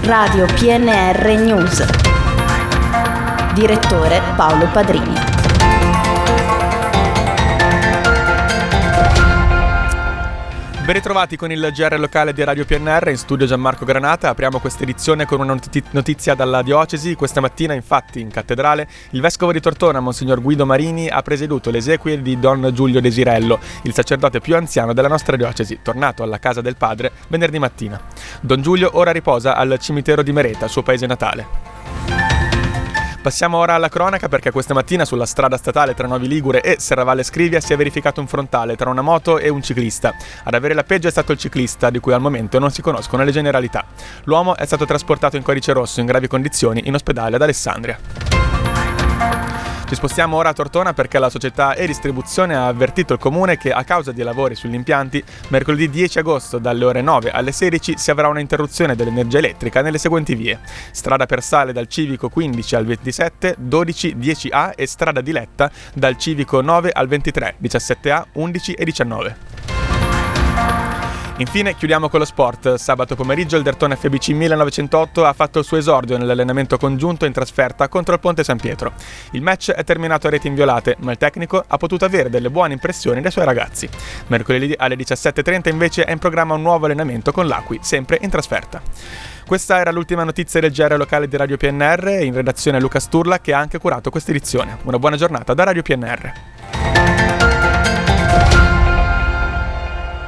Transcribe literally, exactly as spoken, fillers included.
Radio P N R News. Direttore Paolo Padrini. Ben ritrovati con il G R locale di Radio P N R, in studio Gianmarco Granata. Apriamo questa edizione con una notizia dalla diocesi. Questa mattina, infatti, in cattedrale, il vescovo di Tortona, Monsignor Guido Marini, ha presieduto le esequie di Don Giulio Desirello, il sacerdote più anziano della nostra diocesi, tornato alla casa del padre venerdì mattina. Don Giulio ora riposa al cimitero di Mereta, suo paese natale. Passiamo ora alla cronaca, perché questa mattina sulla strada statale tra Novi Ligure e Serravalle Scrivia si è verificato un frontale tra una moto e un ciclista. Ad avere la peggio è stato il ciclista, di cui al momento non si conoscono le generalità. L'uomo è stato trasportato in codice rosso in gravi condizioni in ospedale ad Alessandria. Ci spostiamo ora a Tortona, perché la società E-Distribuzione ha avvertito il comune che a causa di lavori sugli impianti, mercoledì dieci agosto dalle ore nove alle sedici si avrà una interruzione dell'energia elettrica nelle seguenti vie: strada per Sale dal civico quindici al ventisette, dodici, dieci A e strada di Letta dal civico nove al ventitré, diciassette A, undici e diciannove. Infine chiudiamo con lo sport. Sabato pomeriggio il Derthona F B C millenovecentotto ha fatto il suo esordio nell'allenamento congiunto in trasferta contro il Ponte San Pietro. Il match è terminato a reti inviolate, ma il tecnico ha potuto avere delle buone impressioni dai suoi ragazzi. Mercoledì alle diciassette e trenta invece è in programma un nuovo allenamento con l'Acqui, sempre in trasferta. Questa era l'ultima notizia del G R locale di Radio P N R, in redazione Luca Sturla, che ha anche curato questa edizione. Una buona giornata da Radio P N R.